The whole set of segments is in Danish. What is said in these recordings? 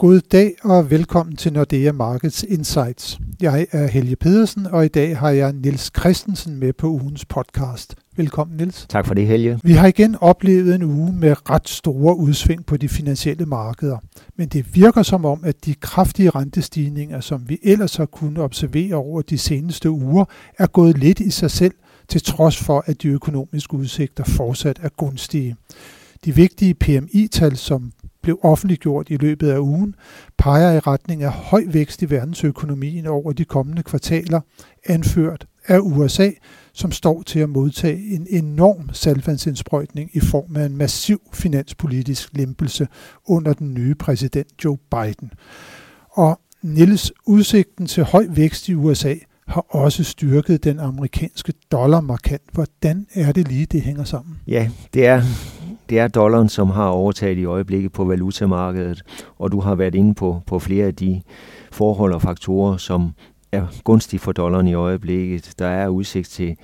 God dag og velkommen til Nordea Markets Insights. Jeg er Helge Pedersen, og i dag har jeg Niels Christensen med på ugens podcast. Velkommen, Niels. Tak for det, Helge. Vi har igen oplevet en uge med ret store udsving på de finansielle markeder. Men det virker som om, at de kraftige rentestigninger, som vi ellers har kunnet observere over de seneste uger, er gået lidt i sig selv, til trods for, at de økonomiske udsigter fortsat er gunstige. De vigtige PMI-tal, som blev offentliggjort i løbet af ugen, peger i retning af høj vækst i verdensøkonomien over de kommende kvartaler, anført af USA, som står til at modtage en enorm saltvandsindsprøjtning i form af en massiv finanspolitisk lempelse under den nye præsident Joe Biden. Og Niels, udsigten til høj vækst i USA har også styrket den amerikanske dollar markant. Hvordan er det lige, det hænger sammen? Ja, det er dollaren, som har overtaget i øjeblikket på valutamarkedet, og du har været inde på flere af de forhold og faktorer, som er gunstige for dollaren i øjeblikket. Der er udsigt til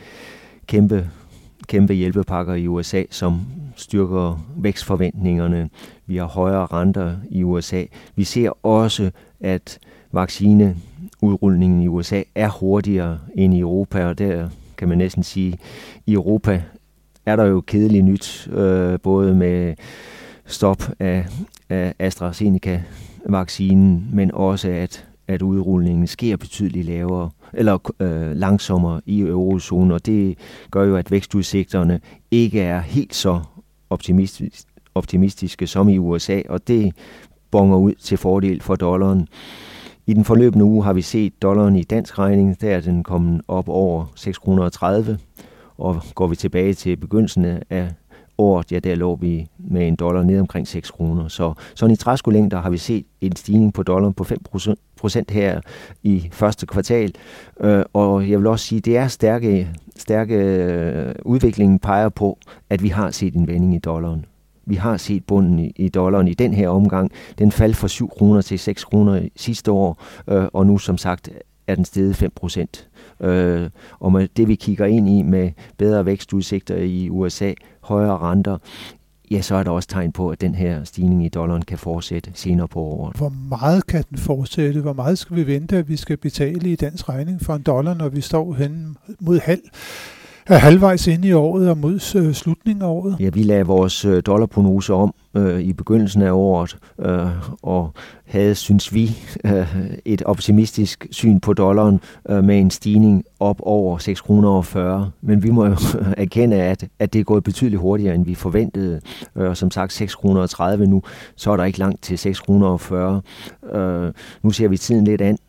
kæmpe hjælpepakker i USA, som styrker vækstforventningerne. Vi har højere renter i USA. Vi ser også, at vaccineudrulningen i USA er hurtigere end i Europa, og der kan man næsten sige, i Europa er der jo kedeligt nyt, både med stop af AstraZeneca-vaccinen, men også at udrulningen sker betydeligt lavere eller langsommere i eurozonen, og det gør jo, at vækstudsigterne ikke er helt så optimistiske som i USA, og det bonger ud til fordel for dollaren. I den forløbende uge har vi set dollaren i dansk regning, der er den kommet op over 6,30 kr., og går vi tilbage til begyndelsen af året, ja, der lå vi med en dollar ned omkring 6 kroner. Så sådan i træskolængder har vi set en stigning på dollaren på 5% her i første kvartal. Og jeg vil også sige, at det er stærke udviklingen peger på, at vi har set en vending i dollaren. Vi har set bunden i dollaren i den her omgang. Den faldt fra 7 kroner til 6 kroner sidste år, og nu som sagt er den steget 5%. Og med det vi kigger ind i med bedre vækstudsigter i USA, højere renter, ja, så er der også tegn på, at den her stigning i dollaren kan fortsætte senere på året. Hvor meget kan den fortsætte? Hvor meget skal vi vente, at vi skal betale i dansk regning for en dollar, når vi står hen mod halvvejs inde i året og mod slutningen af året? Ja, vi lagde vores dollarprognose om i begyndelsen af året, og havde, synes vi, et optimistisk syn på dollaren med en stigning op over 6,40 kroner. Men vi må jo erkende, at det er gået betydeligt hurtigere, end vi forventede. Som sagt 6,30 kroner nu, så er der ikke langt til 6,40 kroner. Nu ser vi tiden lidt an.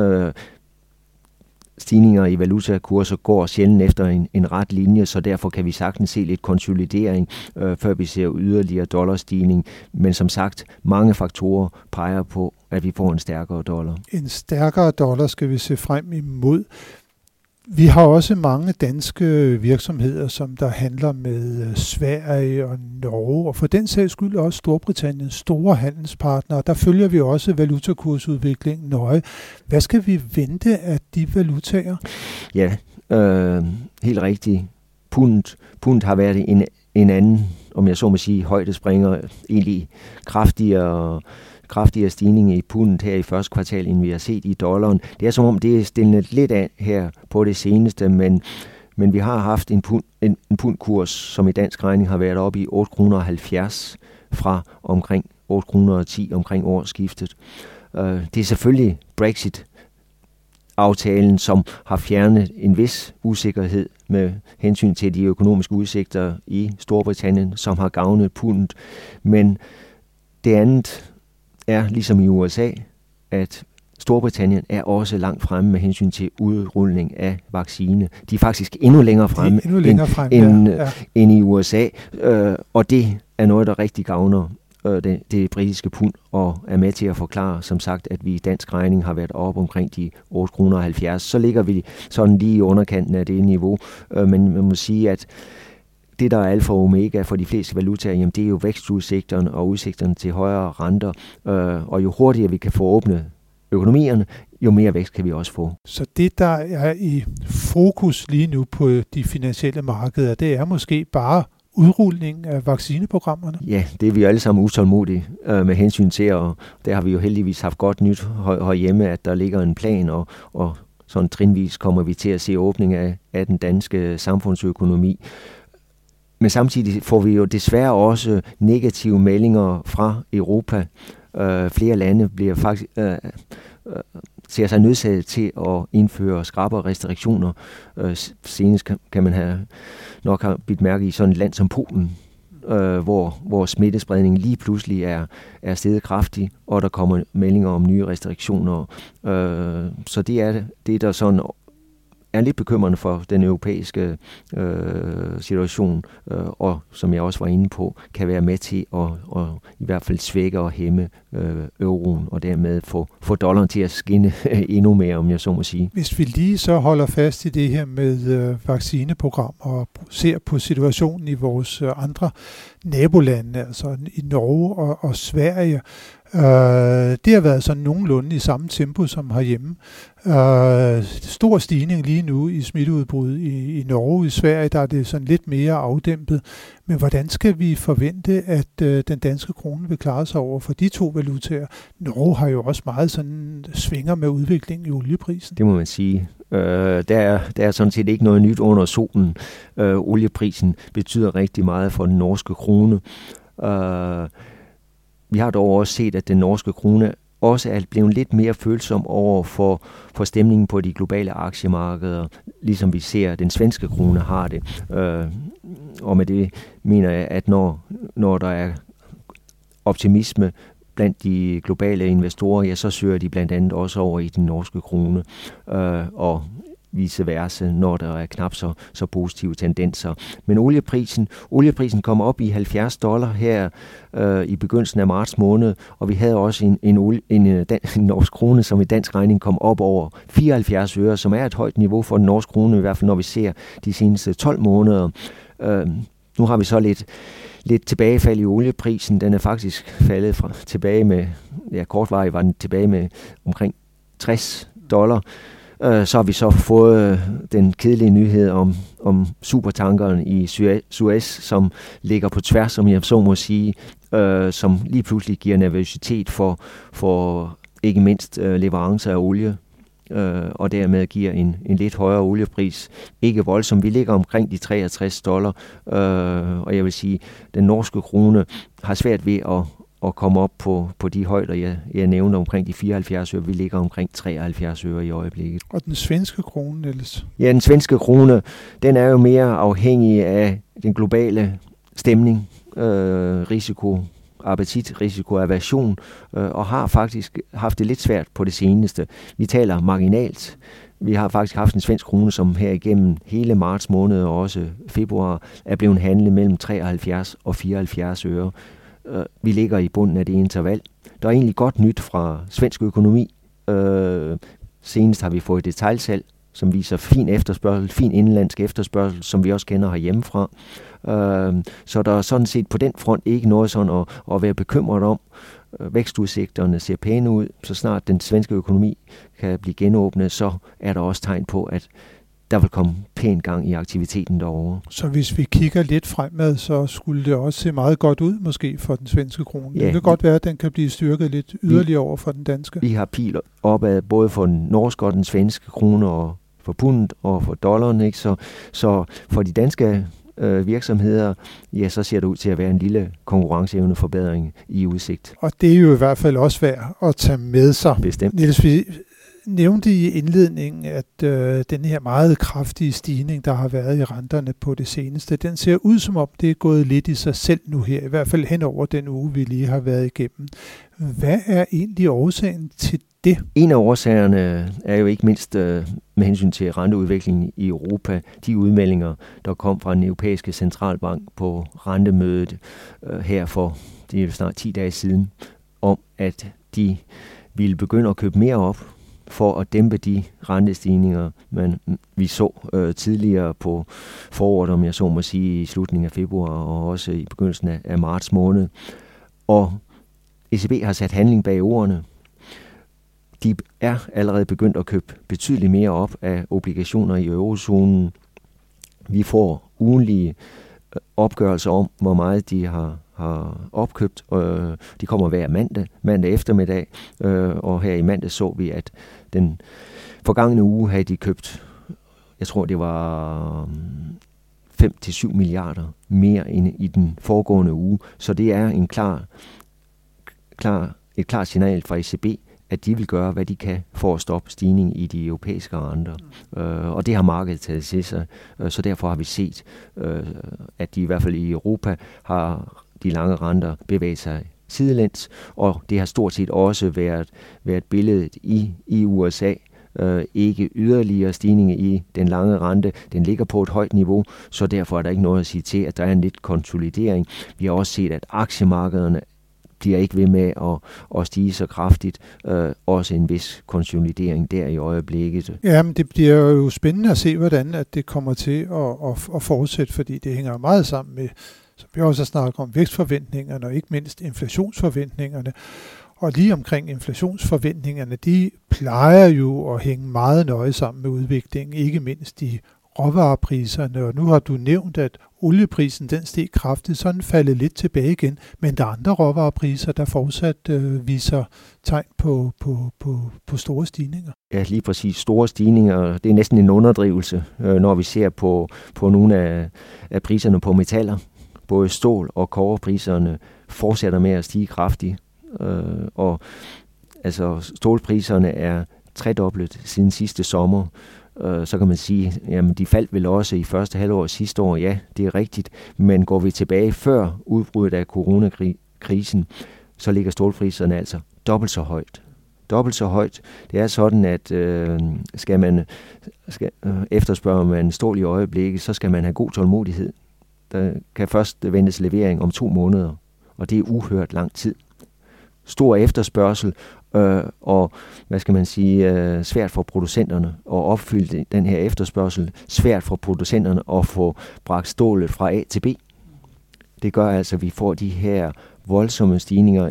Stigninger i valutakurser går sjældent efter en ret linje, så derfor kan vi sagtens se lidt konsolidering, før vi ser yderligere dollarstigning. Men som sagt, mange faktorer peger på, at vi får en stærkere dollar. En stærkere dollar skal vi se frem imod. Vi har også mange danske virksomheder, som der handler med Sverige og Norge, og for den sags skyld også Storbritanniens store handelspartnere. Der følger vi også valutakursudviklingen nøje. Hvad skal vi vente af de valutaer? Ja, helt rigtigt. Pundet har været en anden, om jeg så må sige, højdespringer, egentlig kraftigere stigning i pundet her i første kvartal, end vi har set i dollaren. Det er som om, det er stillet lidt af her på det seneste, men vi har haft en pundkurs, som i dansk regning har været oppe i 8,70 kroner fra omkring 8,10 kroner omkring årsskiftet. Det er selvfølgelig Brexit-aftalen, som har fjernet en vis usikkerhed med hensyn til de økonomiske udsigter i Storbritannien, som har gavnet pundet. Men det andet er ligesom i USA, at Storbritannien er også langt fremme med hensyn til udrulning af vaccine. De er faktisk endnu længere fremme, end i USA, og det er noget, der rigtig gavner det britiske pund, og er med til at forklare, som sagt, at vi i dansk regning har været op omkring de 8,70 kroner. Så ligger vi sådan lige i underkanten af det niveau, men man må sige, at det, der er alfa og omega for de fleste valutaer, jamen, det er jo vækstudsigterne og udsigterne til højere renter, og jo hurtigere vi kan få åbnet økonomierne, jo mere vækst kan vi også få. Så det, der er i fokus lige nu på de finansielle markeder, det er måske bare udrulningen af vaccineprogrammerne? Ja, det er vi alle sammen utålmodige med hensyn til, og der har vi jo heldigvis haft godt nyt herhjemme, at der ligger en plan, og sådan trinvis kommer vi til at se åbning af den danske samfundsøkonomi. Men samtidig får vi jo desværre også negative meldinger fra Europa. Flere lande bliver faktisk ser sig nødsaget til at indføre skrappere restriktioner. Senest kan man nok have bidt mærke i sådan et land som Polen, hvor smittespredningen lige pludselig er steget kraftigt, og der kommer meldinger om nye restriktioner. Så det er der sådan er lidt bekymrende for den europæiske situation, og som jeg også var inde på, kan være med til at i hvert fald svække og hæmme euroen, og dermed få dollaren til at skinne endnu mere, om jeg så må sige. Hvis vi lige så holder fast i det her med vaccineprogram og ser på situationen i vores andre nabolande, altså i Norge og Sverige, det har været sådan nogenlunde i samme tempo som herhjemme. Stor stigning lige nu i smitteudbrud i Norge. I Sverige der er det sådan lidt mere afdæmpet. Men hvordan skal vi forvente, at den danske krone vil klare sig over for de to valutaer? Norge har jo også meget sådan svinger med udviklingen i olieprisen. Det må man sige. Der er sådan set ikke noget nyt under solen. Olieprisen betyder rigtig meget for den norske krone. Vi har dog også set, at den norske krone også er blevet lidt mere følsom over for stemningen på de globale aktiemarkeder, ligesom vi ser, at den svenske krone har det. Og med det mener jeg, at når der er optimisme blandt de globale investorer, ja, så søger de blandt andet også over i den norske krone, og vice versa, når der er knap så positive tendenser. Men olieprisen kommer op i $70 her i begyndelsen af marts måned, og vi havde også en norsk krone, som i dansk regning kom op over 74 øre, som er et højt niveau for den norske krone, i hvert fald når vi ser de seneste 12 måneder. Nu har vi så lidt tilbagefald i olieprisen. Den er faktisk faldet tilbage med, kortvarigt var den tilbage med omkring $60. Så har vi så fået den kedelige nyhed om supertankeren i Suez, som ligger på tværs, som jeg så må sige, som lige pludselig giver nervøsitet for ikke mindst leverancer af olie, og dermed giver en lidt højere oliepris. Ikke voldsomt. Vi ligger omkring de $63, og jeg vil sige, den norske krone har svært ved at komme op på de højder, jeg nævnte omkring de 74 øre. Vi ligger omkring 73 øre i øjeblikket. Og den svenske krone, Niels? Ja, den svenske krone, den er jo mere afhængig af den globale stemning, risikoaversion, og har faktisk haft det lidt svært på det seneste. Vi taler marginalt. Vi har faktisk haft en svensk krone, som her igennem hele marts måned og også februar er blevet handlet mellem 73 og 74 øre. Vi ligger i bunden af det interval. Der er egentlig godt nyt fra svensk økonomi. Senest har vi fået detailsalg, som viser fin indenlandsk efterspørgsel, som vi også kender herhjemmefra. Så der er sådan set på den front ikke noget sådan at være bekymret om. Vækstudsigterne ser pæne ud. Så snart den svenske økonomi kan blive genåbnet, så er der også tegn på, at der vil komme pæn gang i aktiviteten derovre. Så hvis vi kigger lidt fremad, så skulle det også se meget godt ud måske for den svenske krone. Ja, det kan godt være, at den kan blive styrket lidt yderligere over for den danske. Vi har piler opad både for den norske og den svenske krone og for pundet og for dollaren, ikke? Så for de danske virksomheder, ja, så ser det ud til at være en lille konkurrenceevneforbedring i udsigt. Og det er jo i hvert fald også værd at tage med sig. Bestemt. Niels, vi nævnte i indledningen, at den her meget kraftige stigning, der har været i renterne på det seneste, den ser ud som om det er gået lidt i sig selv nu her, i hvert fald hen over den uge, vi lige har været igennem. Hvad er egentlig årsagen til det? En af årsagerne er jo ikke mindst med hensyn til renteudviklingen i Europa, de udmeldinger, der kom fra den europæiske centralbank på rentemødet her for det er snart 10 dage siden, om at de ville begynde at købe mere op for at dæmpe de rentestigninger, vi så tidligere på foråret, om jeg så må sige, i slutningen af februar og også i begyndelsen af marts måned. Og ECB har sat handling bag ordene. De er allerede begyndt at købe betydeligt mere op af obligationer i eurozonen. Vi får ugenlige opgørelser om, hvor meget de har opkøbt. De kommer hver mandag eftermiddag, og her i mandag så vi, at den forgangne uge havde de købt, jeg tror det var 5-7 milliarder mere end i den foregående uge. Så det er et klart signal fra ECB, at de vil gøre, hvad de kan for at stoppe stigning i de europæiske renter. Og det har markedet taget til sig. Så derfor har vi set, at de i hvert fald i Europa har de lange renter bevæget sig sidelæns, og det har stort set også været billedet i USA. Ikke yderligere stigning i den lange rente. Den ligger på et højt niveau, så derfor er der ikke noget at sige til, at der er en lidt konsolidering. Vi har også set, at aktiemarkederne bliver ikke ved med at stige så kraftigt. Også en vis konsolidering der i øjeblikket. Ja, men det bliver jo spændende at se, hvordan at det kommer til at fortsætte, fordi det hænger meget sammen med, som vi også har snakket om, vækstforventningerne og ikke mindst inflationsforventningerne. Og lige omkring inflationsforventningerne, de plejer jo at hænge meget nøje sammen med udviklingen, ikke mindst i råvarepriserne. Og nu har du nævnt, at olieprisen den steg kraftigt, så den faldet lidt tilbage igen. Men der er andre råvarepriser, der fortsat viser tegn på store stigninger. Ja, lige præcis. Store stigninger. Det er næsten en underdrivelse, når vi ser på nogle af priserne på metaller. Både stål- og kobberpriserne fortsætter med at stige kraftigt. Og altså stålpriserne er tredoblet siden sidste sommer. Så kan man sige, jamen de faldt vel også i første halvår sidste år. Ja, det er rigtigt. Men går vi tilbage før udbruddet af coronakrisen, så ligger stålpriserne altså dobbelt så højt. Dobbelt så højt. Det er sådan, at efterspørger man stål i øjeblikket, så skal man have god tålmodighed. Der kan først ventes levering om 2 måneder, og det er uhørt lang tid. Stor efterspørgsel, og hvad skal man sige, svært for producenterne at opfylde den her efterspørgsel, svært for producenterne at få bragt stålet fra A til B. Det gør altså, at vi får de her voldsomme stigninger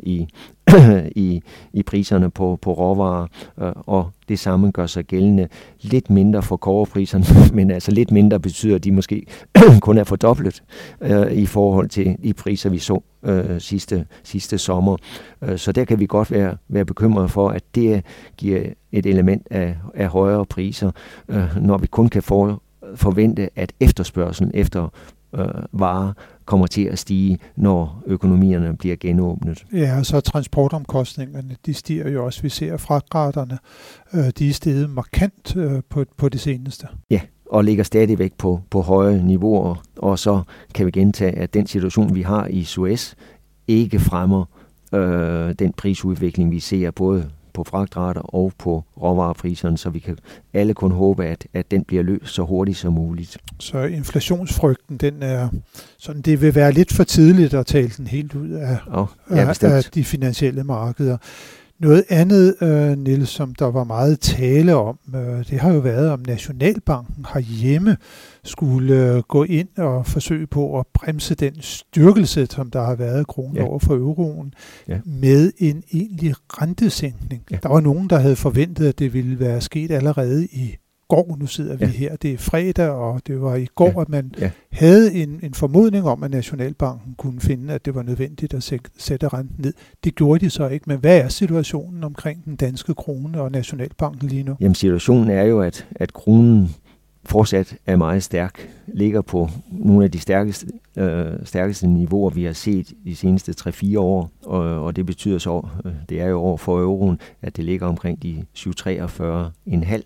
i priserne på råvarer, og det samme gør sig gældende lidt mindre for kobberpriserne, men altså lidt mindre betyder, at de måske kun er fordoblet i forhold til de priser, vi så sidste sommer. Så der kan vi godt være bekymrede for, at det giver et element af højere priser, når vi kun kan forvente, at efterspørgselen efter varer kommer til at stige, når økonomierne bliver genåbnet. Ja, og så transportomkostningerne, de stiger jo også. Vi ser fragtraterne, de er steget markant på det seneste. Ja, og ligger stadigvæk på høje niveauer, og så kan vi gentage, at den situation, vi har i Suez, ikke fremmer den prisudvikling, vi ser både på fragtrater og på råvarepriserne, så vi kan alle kun håbe, at den bliver løst så hurtigt som muligt. Så inflationsfrygten, den er sådan, det vil være lidt for tidligt at tale den helt ud af de finansielle markeder. Noget andet, Niels, som der var meget tale om, det har jo været, om Nationalbanken herhjemme skulle gå ind og forsøge på at bremse den styrkelse, som der har været kronen over for euroen, med en egentlig rentesænkning. Ja. Der var nogen, der havde forventet, at det ville være sket allerede i går. Nu sidder vi her, det er fredag, og det var i går, at man havde en formodning om, at Nationalbanken kunne finde, at det var nødvendigt at sætte renten ned. Det gjorde de så ikke, men hvad er situationen omkring den danske krone og Nationalbanken lige nu? Jamen situationen er jo, at kronen fortsat er meget stærk, ligger på nogle af de stærkeste niveauer, vi har set de seneste 3-4 år, og det betyder så, det er jo over for euroen, at det ligger omkring de 7,43,5.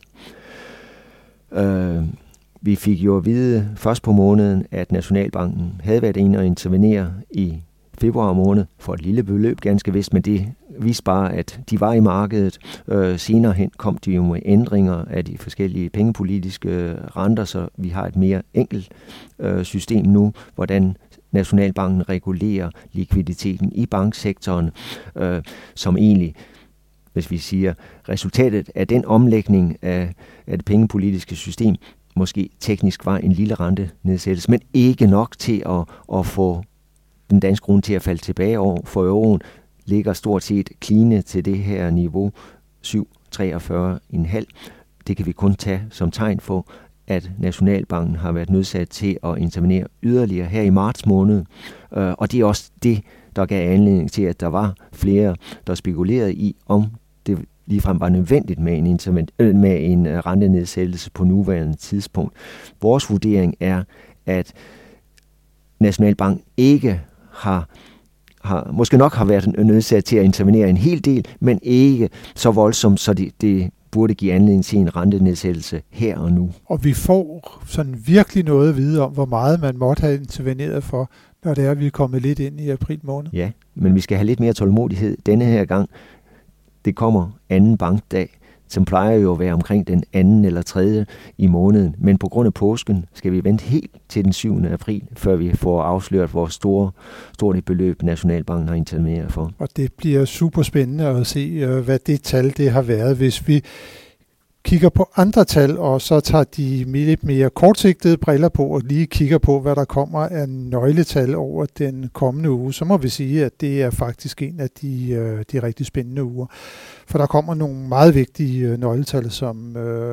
Vi fik jo at vide først på måneden, at Nationalbanken havde været inde og intervenere i februar måned for et lille beløb, ganske vist, men det viste bare, at de var i markedet. Senere hen kom de jo med ændringer af de forskellige pengepolitiske renter, så vi har et mere enkelt system nu, hvordan Nationalbanken regulerer likviditeten i banksektoren, som egentlig, hvis vi siger, resultatet af den omlægning af det pengepolitiske system, måske teknisk var en lille rentenedsættelse, men ikke nok til at få den danske krone til at falde tilbage over for euroen, ligger stort set clean til det her niveau 7,43,5. Det kan vi kun tage som tegn at Nationalbanken har været nødsat til at intervenere yderligere her i marts måned. Og det er også det, der gav anledning til, at der var flere, der spekulerede i, om det ligefrem var nødvendigt med en rentenedsættelse på nuværende tidspunkt. Vores vurdering er, at Nationalbanken ikke har måske nok har været nødsat til at intervenere en hel del, men ikke så voldsomt, så det burde give anledning til en rentenedsættelse her og nu. Og vi får sådan virkelig noget at vide om, hvor meget man måtte have interveneret for, når det er, at vi er kommet lidt ind i april måned. Ja, men vi skal have lidt mere tålmodighed denne her gang. Det kommer anden bankdag, som plejer jo at være omkring den anden eller tredje i måneden. Men på grund af påsken skal vi vente helt til den 7. april, før vi får afsløret, hvor stort et beløb Nationalbanken har interveneret for. Og det bliver super spændende at se, hvad det tal det har været. Hvis vi kigger på andre tal, og så tager de lidt mere kortsigtede briller på, og lige kigger på, hvad der kommer af nøgletal over den kommende uge, så må vi sige, at det er faktisk en af de rigtig spændende uger. For der kommer nogle meget vigtige nøgletal, som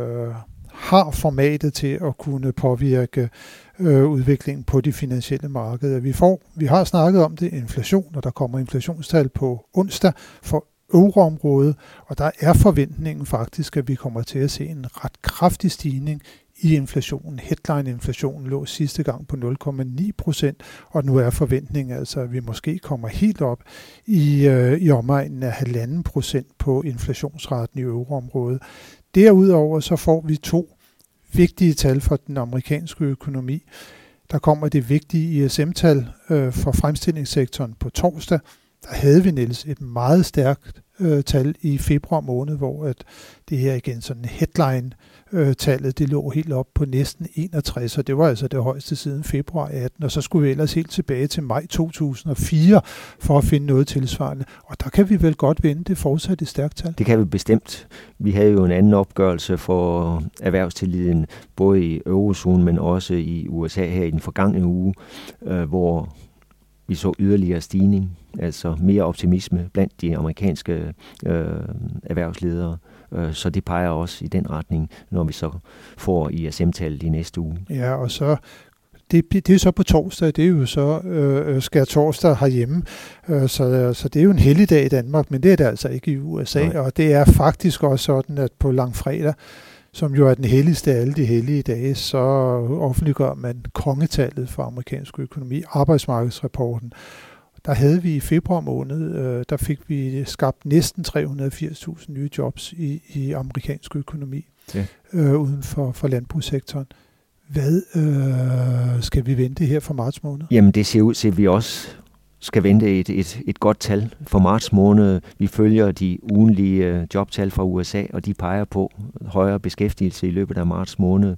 har formatet til at kunne påvirke udviklingen på de finansielle markeder. Vi har snakket om det, inflation, og der kommer inflationstal på onsdag for euroområdet, og der er forventningen faktisk, at vi kommer til at se en ret kraftig stigning i inflationen. Headline-inflationen lå sidste gang på 0,9%, og nu er forventningen altså, at vi måske kommer helt op i omegnen af 1,5% på inflationsraten i euroområdet. Derudover så får vi 2 vigtige tal for den amerikanske økonomi. Der kommer det vigtige ISM-tal for fremstillingssektoren på torsdag. Der havde vi, Niels, et meget stærkt tal i februar måned, hvor at det her igen sådan headline-tallet, det lå helt op på næsten 61, og det var altså det højeste siden februar 18, og så skulle vi ellers helt tilbage til maj 2004 for at finde noget tilsvarende. Og der kan vi vel godt vende det fortsatte stærkt tal. Det kan vi bestemt. Vi havde jo en anden opgørelse for erhvervstilliden, både i eurozonen, men også i USA her i den forgangne uge, hvor vi så yderligere stigning, altså mere optimisme blandt de amerikanske erhvervsledere. Så det peger også i den retning, når vi så får ISM-tallet i næste uge. Ja, og så det er så på torsdag, det er jo så skærtorsdag herhjemme, så det er jo en helligdag i Danmark, men det er det altså ikke i USA. Nej. Og det er faktisk også sådan, at på langfredag, som jo er den helligste af alle de hellige dage, så offentliggør man kongetallet for amerikansk økonomi, arbejdsmarkedsrapporten. Der havde vi i februar måned, der fik vi skabt næsten 380.000 nye jobs i amerikansk økonomi, uden for landbrugssektoren. Hvad skal vi vente her for marts måned? Jamen det ser ud til, at vi også skal vente et godt tal for marts måned. Vi følger de ugenlige jobtal fra USA, og de peger på højere beskæftigelse i løbet af marts måned.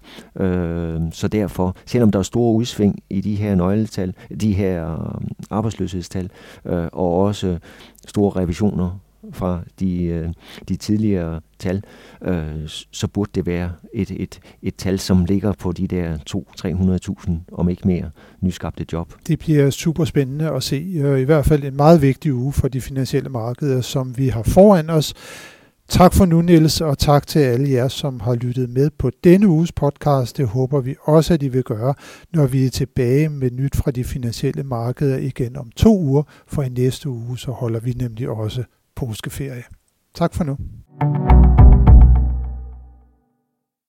Så derfor, selvom der er store udsving i de her nøgletal, de her arbejdsløshedstal, og også store revisioner fra de tidligere tal, så burde det være et tal, som ligger på de der 200-300.000, om ikke mere, nyskabte job. Det bliver super spændende at se. I hvert fald en meget vigtig uge for de finansielle markeder, som vi har foran os. Tak for nu, Niels, og tak til alle jer, som har lyttet med på denne uges podcast. Det håber vi også, at I vil gøre, når vi er tilbage med nyt fra de finansielle markeder igen om 2 uger, for i næste uge så holder vi nemlig også påskeferie. Tak for nu.